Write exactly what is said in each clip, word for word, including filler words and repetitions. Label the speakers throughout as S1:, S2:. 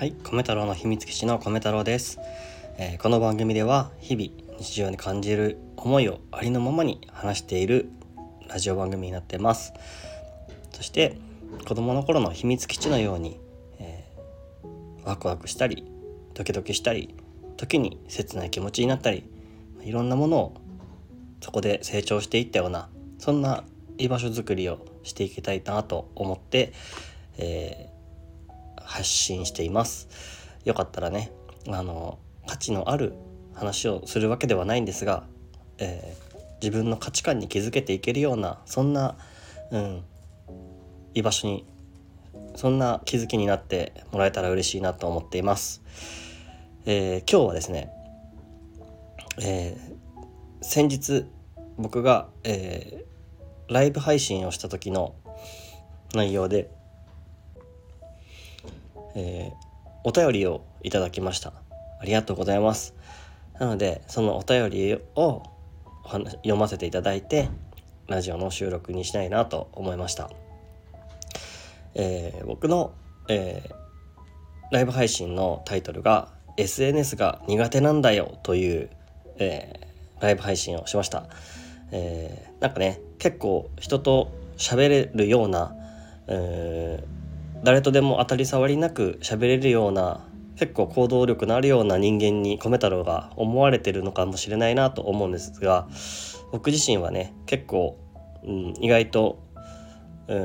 S1: はい、米太郎の秘密基地の米太郎です、えー、この番組では日々日常に感じる思いをありのままに話しているラジオ番組になっています。そして子供の頃の秘密基地のように、えー、ワクワクしたりドキドキしたり時に切ない気持ちになったりいろんなものをそこで成長していったようなそんな居場所づくりをしていきたいなと思って、えー発信しています。よかったらね、あの価値のある話をするわけではないんですが、えー、自分の価値観に気づけていけるようなそんな、うん、居場所にそんな気づきになってもらえたら嬉しいなと思っています。えー、今日はですね、えー、先日僕が、えー、ライブ配信をした時の内容でえー、お便りをいただきました。ありがとうございます。なのでそのお便りを読ませていただいてラジオの収録にしたいなと思いました。えー、僕の、えー、ライブ配信のタイトルが エスエヌエス が苦手なんだよという、えー、ライブ配信をしました。えー、なんかね結構人と喋れるような、えー誰とでも当たり障りなく喋れるような結構行動力のあるような人間に米太郎が思われてるのかもしれないなと思うんですが、僕自身はね結構、うん、意外と、うん、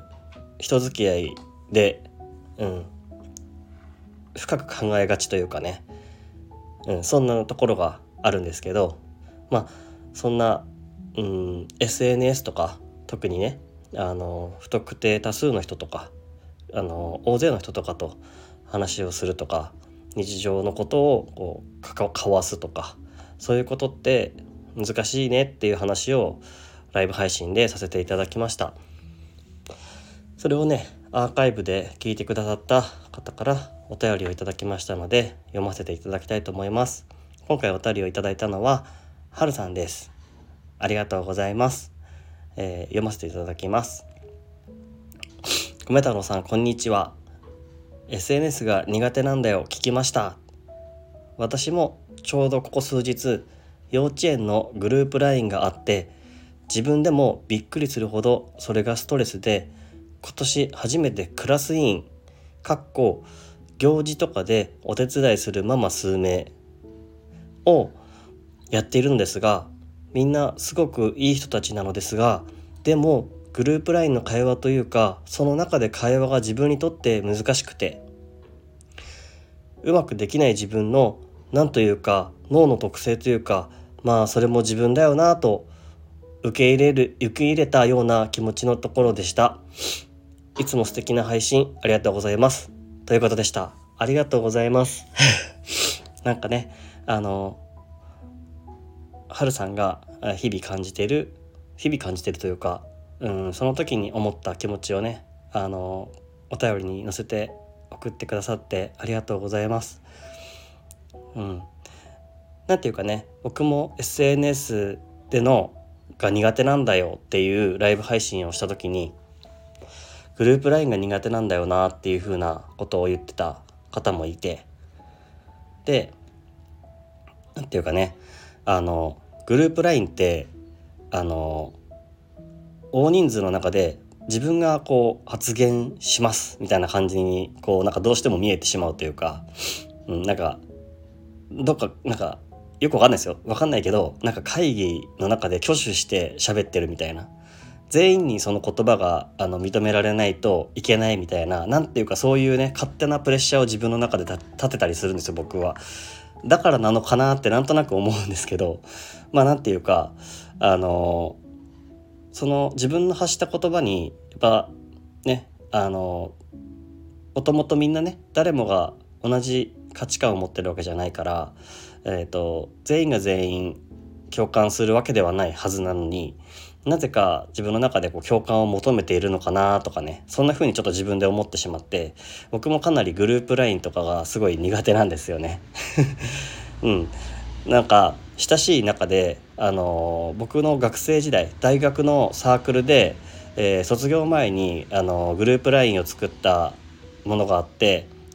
S1: 人付き合いで、うん、深く考えがちというかね、うん、そんなところがあるんですけど、まあそんな、うん、エスエヌエス とか特にねあの不特定多数の人とかあの大勢の人とかと話をするとか日常のことをこうかか交わすとかそういうことって難しいねっていう話をライブ配信でさせていただきました。それをねアーカイブで聞いてくださった方からお便りをいただきましたので読ませていただきたいと思います。今回お便りをいただいたのははるさんです。ありがとうございます。えー、読ませていただきます。米太郎さんこんにちは。 エスエヌエス が苦手なんだよ聞きました。私もちょうどここ数日幼稚園のグループ ライン があって自分でもびっくりするほどそれがストレスで今年初めてクラス委員かっこ行事とかでお手伝いするママ数名をやっているんですがみんなすごくいい人たちなのですがでもグループ ライン の会話というかその中で会話が自分にとって難しくてうまくできない自分のなんというか脳の特性というかまあそれも自分だよなと受け入れる受け入れたような気持ちのところでした。いつも素敵な配信ありがとうございますということでした。ありがとうございますなんかねあのはるさんが日々感じている日々感じているというかうんその時に思った気持ちをねあのお便りに載せて送ってくださってありがとうございます。うん、なんていうかね僕も エスエヌエス でのが苦手なんだよっていうライブ配信をした時にグループ ライン が苦手なんだよなっていう風なことを言ってた方もいてでなんていうかねあのグループ ライン ってあの大人数の中で自分がこう発言しますみたいな感じにこうなんかどうしても見えてしまうというか、うん、なんかどっかなんかよくわかんないですよわかんないけどなんか会議の中で挙手して喋ってるみたいな全員にその言葉があの認められないといけないみたいななんていうかそういうね勝手なプレッシャーを自分の中で立てたりするんですよ僕は。だからなのかなってなんとなく思うんですけどまあなんていうかあのその自分の発した言葉にやっぱねあのもともとみんなね誰もが同じ価値観を持ってるわけじゃないから、えーと、全員が全員共感するわけではないはずなのになぜか自分の中でこう共感を求めているのかなとかねそんな風にちょっと自分で思ってしまって僕もかなりグループ ライン とかがすごい苦手なんですよねうんなんか親しい中で、あのー、僕の学生時代大学のサークルで、えー、卒業前に、あのー、グループ ライン を作ったものがあって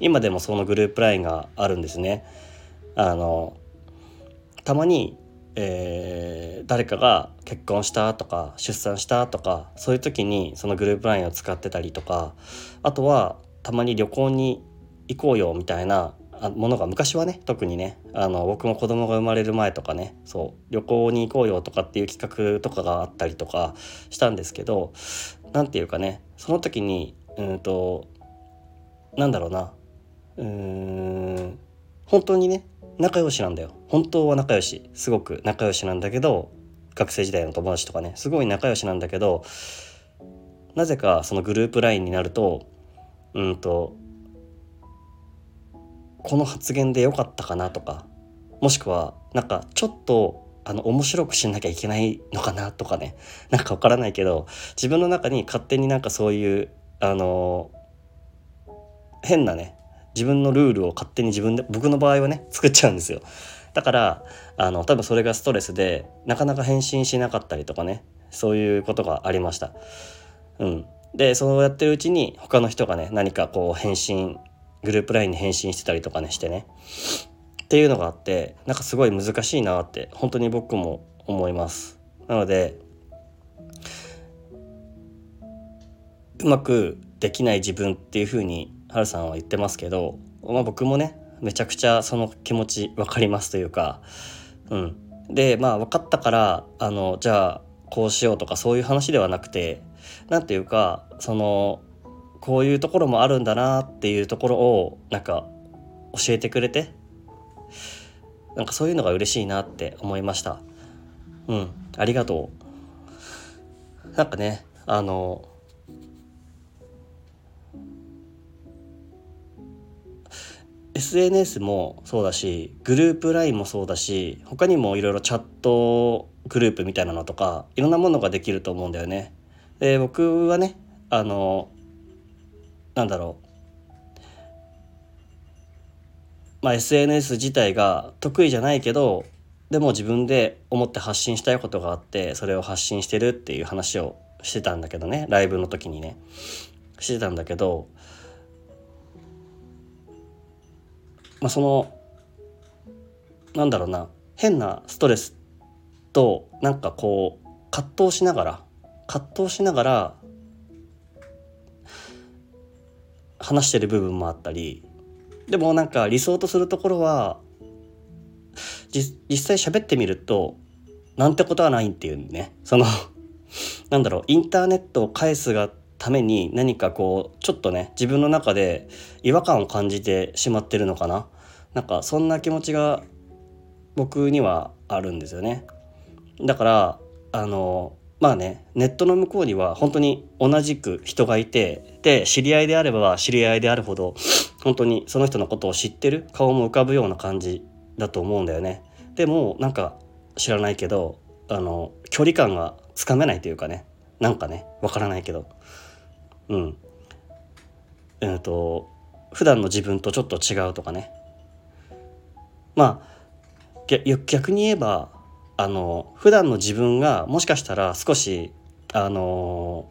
S1: 今でもそのグループラインがあるんですね。あのたまに、えー誰かが結婚したとか出産したとか、そういう時にそのグループラインを使ってたりとか、あとはたまに旅行に行こうよみたいなあものが、昔はね特にね、あの僕も子供が生まれる前とかね、そう旅行に行こうよとかっていう企画とかがあったりとかしたんですけど、なんていうかね、その時にうんとなんだろうな、うーん本当にね仲良しなんだよ。本当は仲良し、すごく仲良しなんだけど、学生時代の友達とかねすごい仲良しなんだけど、なぜかそのグループラインになるとうんとこの発言で良かったかなとか、もしくはなんかちょっとあの面白くしなきゃいけないのかなとかね、なんかわからないけど、自分の中に勝手になんかそういうあの変なね自分のルールを勝手に自分で、僕の場合はね作っちゃうんですよ。だからあの多分それがストレスでなかなか返信しなかったりとかね、そういうことがありました。うん、でそうやってるうちに他の人がね何かこう返信、グループラインに返信してたりとかねしてねっていうのがあって、なんかすごい難しいなって本当に僕も思います。なのでうまくできない自分っていう風にハルさんは言ってますけど、まあ、僕もねめちゃくちゃその気持ち分かりますというか、うん、でまあ分かったからあのじゃあこうしようとかそういう話ではなくて、なんていうかそのこういうところもあるんだなっていうところをなんか教えてくれて、なんかそういうのが嬉しいなって思いました。うん、ありがとう。なんかねあのエスエヌエス もそうだし、グループ ライン もそうだし、他にもいろいろチャットグループみたいなのとかいろんなものができると思うんだよね。で僕はねあのなんだろう、まあ、エスエヌエス 自体が得意じゃないけど、でも自分で思って発信したいことがあってそれを発信してるっていう話をしてたんだけどね、ライブの時にねしてたんだけど、まあ、そのなんだろうな、変なストレスとなんかこう葛藤しながら葛藤しながら話してる部分もあったり、でもなんか理想とするところは実実際喋ってみるとなんてことはないっていうね、そのなんだろう、インターネットを返すがために何かこうちょっとね自分の中で違和感を感じてしまってるのかな、なんかそんな気持ちが僕にはあるんですよね。だからあのまあね、ネットの向こうには本当に同じく人がいて、で知り合いであれば知り合いであるほど本当にその人のことを知ってる顔も浮かぶような感じだと思うんだよね。でもなんか知らないけどあの距離感がつかめないというかね、なんかねわからないけど、うんえーと普段の自分とちょっと違うとかね、まあ逆に言えばあの普段の自分がもしかしたら少しあの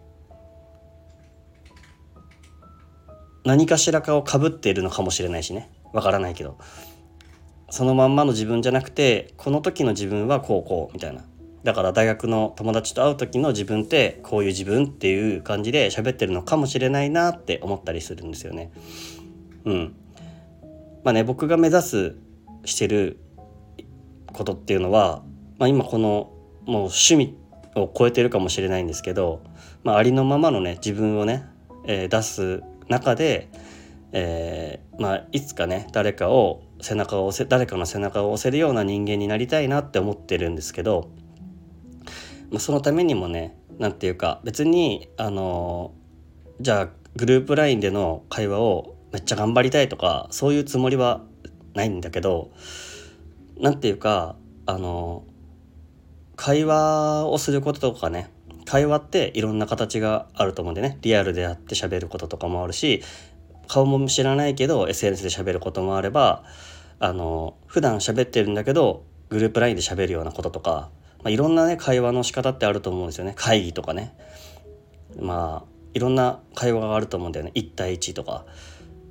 S1: 何かしらかを被っているのかもしれないしね、わからないけど、そのまんまの自分じゃなくてこの時の自分はこうこうみたいな、だから大学の友達と会う時の自分ってこういう自分っていう感じで喋ってるのかもしれないなって思ったりするんですよね。うんまあね、僕が目指すしてることっていうのは、まあ、今このもう趣味を超えてるかもしれないんですけど、まあ、ありのままのね自分をね、えー出す中で、えーまあ、いつかね誰かを背中を押せ誰かの背中を押せるような人間になりたいなって思ってるんですけど、まあ、そのためにもねなんていうか別にあのじゃあグループ ライン での会話をめっちゃ頑張りたいとかそういうつもりはないんだけど、なんていうかあの会話をすることとかね、会話っていろんな形があると思うんでね、リアルで会って喋ることとかもあるし、顔も知らないけど エスエヌエス で喋ることもあれば、あの普段喋ってるんだけどグループ ライン で喋るようなこととか、まあ、いろんなね会話の仕方ってあると思うんですよね。会議とかね、まあいろんな会話があると思うんだよね。いち対いちとか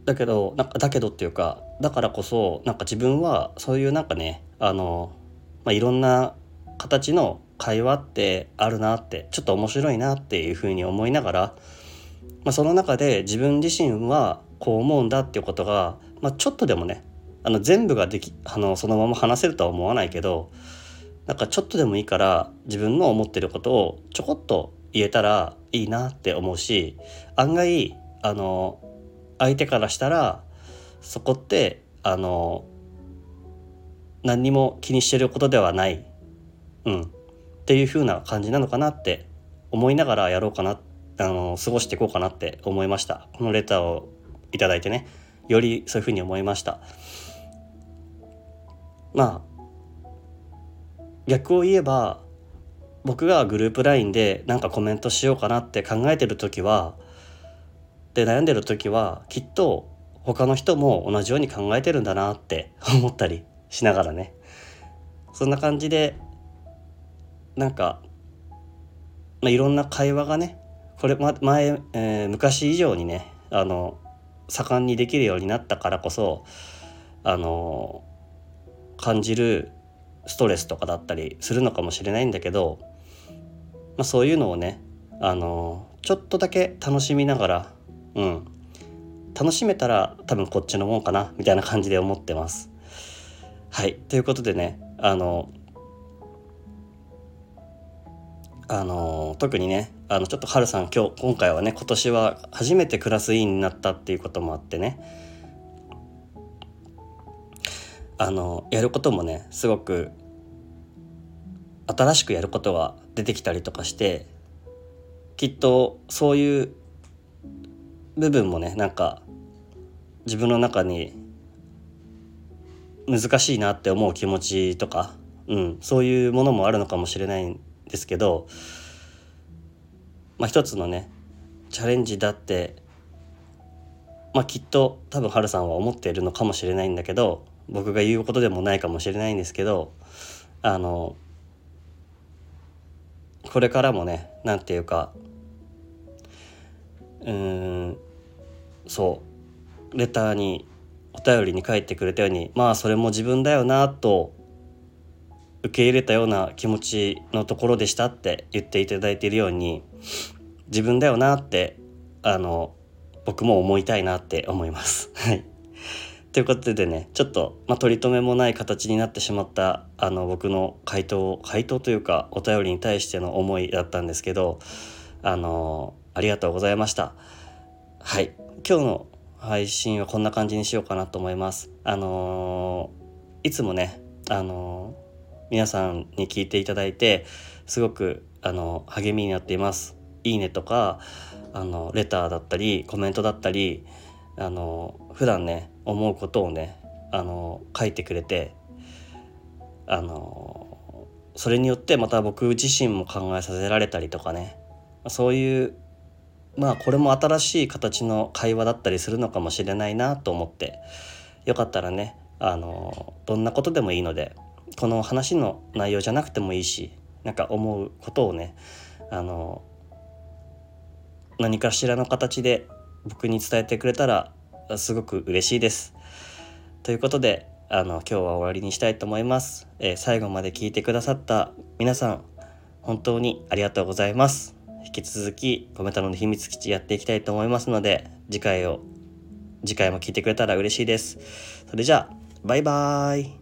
S1: だけどなんかだけどっていうかだからこそなんか自分はそういうなんかねあの、まあ、いろんな形の会話ってあるなってちょっと面白いなっていうふうに思いながら、まあ、その中で自分自身はこう思うんだっていうことが、まあ、ちょっとでもねあの全部ができあのそのまま話せるとは思わないけどなんかちょっとでもいいから自分の思ってることをちょこっと言えたらいいなって思うし案外あの相手からしたらそこってあの何にも気にしてることではない、うん、っていう風な感じなのかなって思いながらやろうかなあの過ごしていこうかなって思いました。このレターをいただいてねよりそういう風に思いました。まあ逆を言えば僕がグループ ライン でなんかコメントしようかなって考えてる時はで悩んでる時はきっと他の人も同じように考えてるんだなって思ったりしながらねそんな感じでなんか、まあ、いろんな会話がねこれ、ま、前、えー昔以上にねあの盛んにできるようになったからこそあの感じるストレスとかだったりするのかもしれないんだけど、まあ、そういうのをねあのちょっとだけ楽しみながら、うん、楽しめたら多分こっちのもんかなみたいな感じで思ってます。はいということでねあのあの特にねあのちょっとハルさん今日今回はね今年は初めてクラス委員になったっていうこともあってねあのやることもねすごく新しくやることが出てきたりとかしてきっとそういう部分もねなんか自分の中に難しいなって思う気持ちとか、うん、そういうものもあるのかもしれないんですけど、まあ、一つのねチャレンジだって、まあ、きっと多分ハルさんは思っているのかもしれないんだけど僕が言うことでもないかもしれないんですけどあのこれからもねなんていうかうーんそうレターにお便りに書いてくれたようにまあそれも自分だよなと受け入れたような気持ちのところでしたって言っていただいているように自分だよなってあの僕も思いたいなって思います。はい。ということでねちょっと、まあ、取り留めもない形になってしまったあの僕の回答回答というかお便りに対しての思いだったんですけどあのありがとうございました。はい。今日の配信はこんな感じにしようかなと思います。あのーいつもね、あのー皆さんに聞いていただいてすごく、あのー励みになっています。いいねとか、あのレターだったりコメントだったり、あのー普段ね思うことをね、あのー書いてくれて、あのーそれによってまた僕自身も考えさせられたりとかね、そういうまあこれも新しい形の会話だったりするのかもしれないなと思ってよかったらねあのどんなことでもいいのでこの話の内容じゃなくてもいいしなんか思うことをねあの何かしらの形で僕に伝えてくれたらすごく嬉しいです。ということであの今日は終わりにしたいと思います。えー最後まで聞いてくださった皆さん本当にありがとうございます。引き続きコメ太郎の秘密基地やっていきたいと思いますので次回を次回も聞いてくれたら嬉しいです。それじゃあバイバーイ。